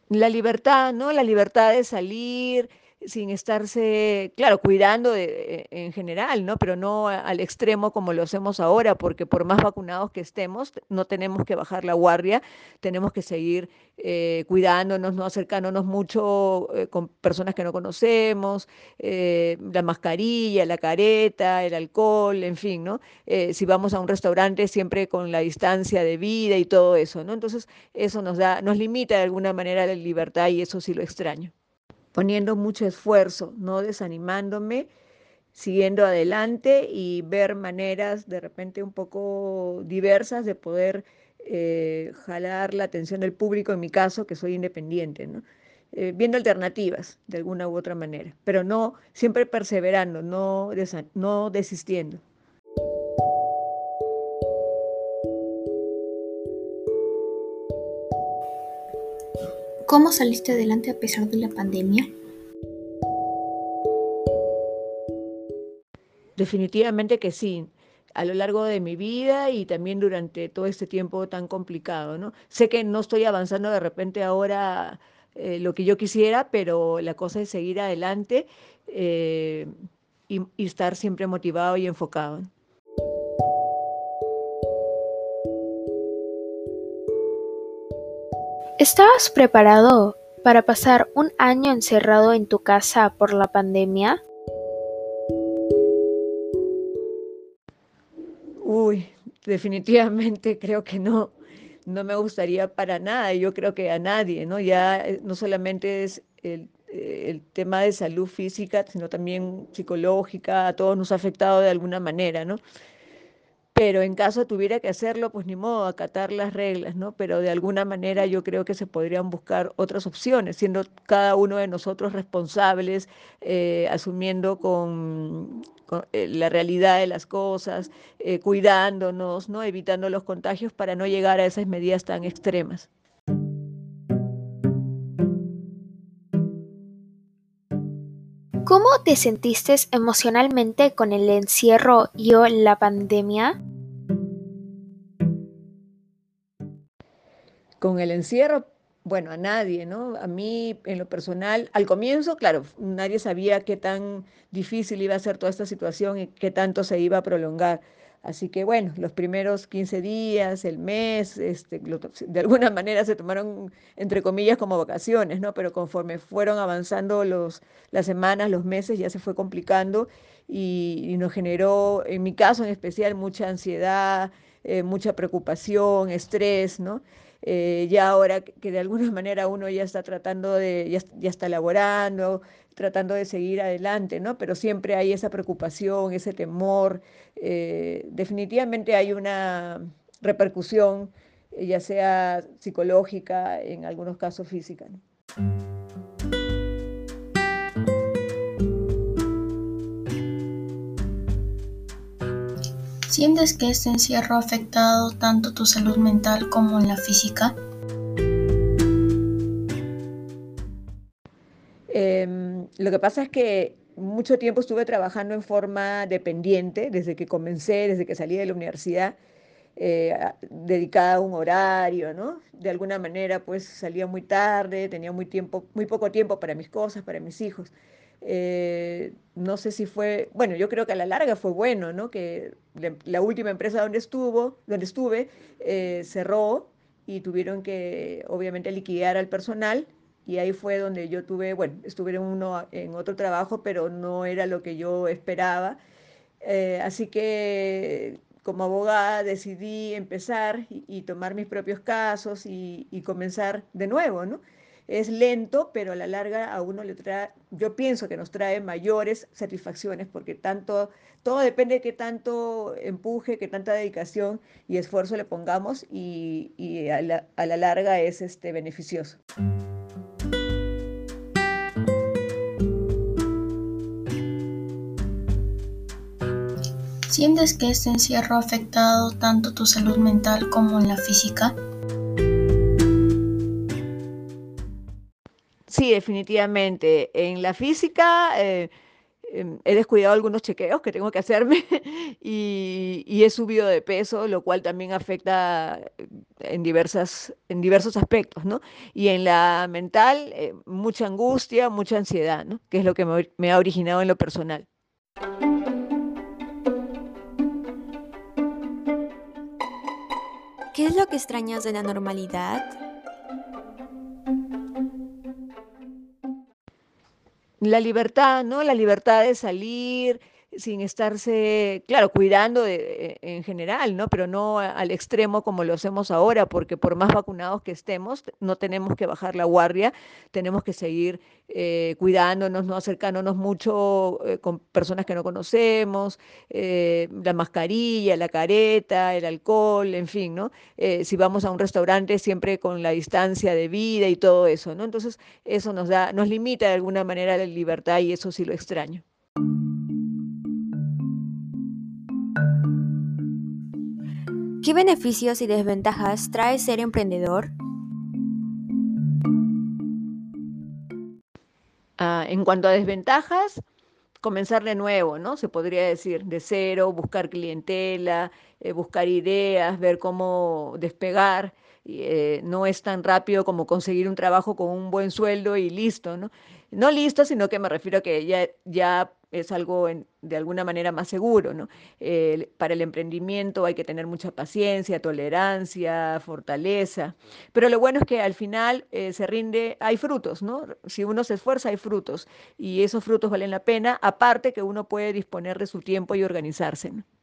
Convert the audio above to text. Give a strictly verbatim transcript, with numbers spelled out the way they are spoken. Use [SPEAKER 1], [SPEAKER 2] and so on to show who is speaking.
[SPEAKER 1] La libertad, ¿no? La libertad de salir sin estarse, claro, cuidando de- en general, ¿no? Pero no a- al extremo como lo hacemos ahora, porque por más vacunados que estemos, no tenemos que bajar la guardia, tenemos que seguir eh, cuidándonos, no acercándonos mucho eh, con personas que no conocemos, eh, la mascarilla, la careta, el alcohol, en fin, ¿no? Eh, si vamos a un restaurante, siempre con la distancia de vida y todo eso, ¿no? Entonces, eso nos da, nos limita de alguna manera la libertad y eso sí lo extraño. Poniendo mucho esfuerzo, no desanimándome, siguiendo adelante y ver maneras de repente un poco diversas de poder eh, jalar la atención del público, en mi caso, que soy independiente, ¿no? Eh, viendo alternativas de alguna u otra manera, pero no siempre perseverando, no, desa- no desistiendo.
[SPEAKER 2] ¿Cómo saliste adelante a pesar de la pandemia?
[SPEAKER 1] Definitivamente que sí, a lo largo de mi vida y también durante todo este tiempo tan complicado, ¿no? Sé que no estoy avanzando de repente ahora eh, lo que yo quisiera, pero la cosa es seguir adelante eh, y, y estar siempre motivado y enfocado.
[SPEAKER 2] ¿Estabas preparado para pasar un año encerrado en tu casa por la pandemia?
[SPEAKER 1] Uy, definitivamente creo que no, no me gustaría para nada, y yo creo que a nadie, ¿no? Ya eh, no solamente es el, eh, el tema de salud física, sino también psicológica, a todos nos ha afectado de alguna manera, ¿no? Pero en caso tuviera que hacerlo, pues ni modo, acatar las reglas, ¿no? Pero de alguna manera yo creo que se podrían buscar otras opciones, siendo cada uno de nosotros responsables, eh, asumiendo con, con, eh, la realidad de las cosas, eh, cuidándonos, ¿no? Evitando los contagios para no llegar a esas medidas tan extremas.
[SPEAKER 2] ¿Cómo te sentiste emocionalmente con el encierro y o la pandemia?
[SPEAKER 1] Con el encierro, bueno, a nadie, ¿no? A mí, en lo personal, al comienzo, claro, nadie sabía qué tan difícil iba a ser toda esta situación y qué tanto se iba a prolongar. Así que, bueno, los primeros quince días, el mes, este, lo to- de alguna manera se tomaron, entre comillas, como vacaciones, ¿no? Pero conforme fueron avanzando los, las semanas, los meses, ya se fue complicando y, y nos generó, en mi caso en especial, mucha ansiedad, eh, mucha preocupación, estrés, ¿no? Eh, ya ahora que que de alguna manera uno ya está tratando de, ya, ya está laborando, tratando de seguir adelante, ¿no? Pero siempre hay esa preocupación, ese temor. Eh, definitivamente hay una repercusión, eh, ya sea psicológica, en algunos casos física, ¿no?
[SPEAKER 3] ¿Sientes que este encierro ha afectado tanto tu salud mental como la física?
[SPEAKER 1] Em, lo que pasa es que mucho tiempo estuve trabajando en forma dependiente, desde que comencé, desde que salí de la universidad, eh, a- dedicada a un horario, ¿no? De alguna manera, pues salía muy tarde, tenía muy tiempo, muy poco tiempo para mis cosas, para mis hijos. Eh, no sé si fue, bueno, yo creo que a la larga fue bueno, ¿no? Que la, la última empresa donde estuvo, donde estuve, eh, cerró y tuvieron que, obviamente, liquidar al personal. Y ahí fue donde yo tuve, bueno, estuve en, uno, en otro trabajo, pero no era lo que yo esperaba. Eh, así que como abogada decidí empezar y, y tomar mis propios casos y, y comenzar de nuevo, ¿no? Es lento, pero a la larga a uno le trae, yo pienso que nos trae mayores satisfacciones porque tanto, todo depende de qué tanto empuje, qué tanta dedicación y esfuerzo le pongamos y, y a la, a la larga es este, beneficioso.
[SPEAKER 3] ¿Sientes que este encierro ha afectado tanto tu salud mental como la física?
[SPEAKER 1] Sí, definitivamente. En la física, eh, em, he descuidado algunos chequeos que tengo que hacerme y, y he subido de peso, lo cual también afecta eh, en diversas, en diversos aspectos, ¿no? Y en la mental, eh, mucha angustia, mucha ansiedad, ¿no? Que es lo que me, ori- me ha originado en lo personal.
[SPEAKER 4] ¿Qué es lo que extrañas de la normalidad?
[SPEAKER 1] La libertad, ¿no? La libertad de salir sin estarse, claro, cuidando de- en general, ¿no? Pero no a- al extremo como lo hacemos ahora, porque por más vacunados que estemos, no tenemos que bajar la guardia, tenemos que seguir eh, cuidándonos, no acercándonos mucho eh, con personas que no conocemos, eh, la mascarilla, la careta, el alcohol, en fin, ¿no? Eh, si vamos a un restaurante, siempre con la distancia de vida y todo eso, ¿no? Entonces, eso nos da, nos limita de alguna manera la libertad y eso sí lo extraño.
[SPEAKER 4] ¿Qué beneficios y desventajas trae ser emprendedor?
[SPEAKER 1] Ah, en cuanto a desventajas, comenzar de nuevo, ¿no? Se podría decir, de cero, buscar clientela, eh, buscar ideas, ver cómo despegar. Y, eh, no es tan rápido como conseguir un trabajo con un buen sueldo y listo, ¿no? No listo, sino que me refiero a que ya, ya es algo en- de alguna manera más seguro, ¿no? Eh, para el emprendimiento hay que tener mucha paciencia, tolerancia, fortaleza. Pero lo bueno es que al final eh, se rinde, hay frutos, ¿no? Si uno se esfuerza, hay frutos y esos frutos valen la pena, aparte que uno puede disponer de su tiempo y organizarse, ¿no?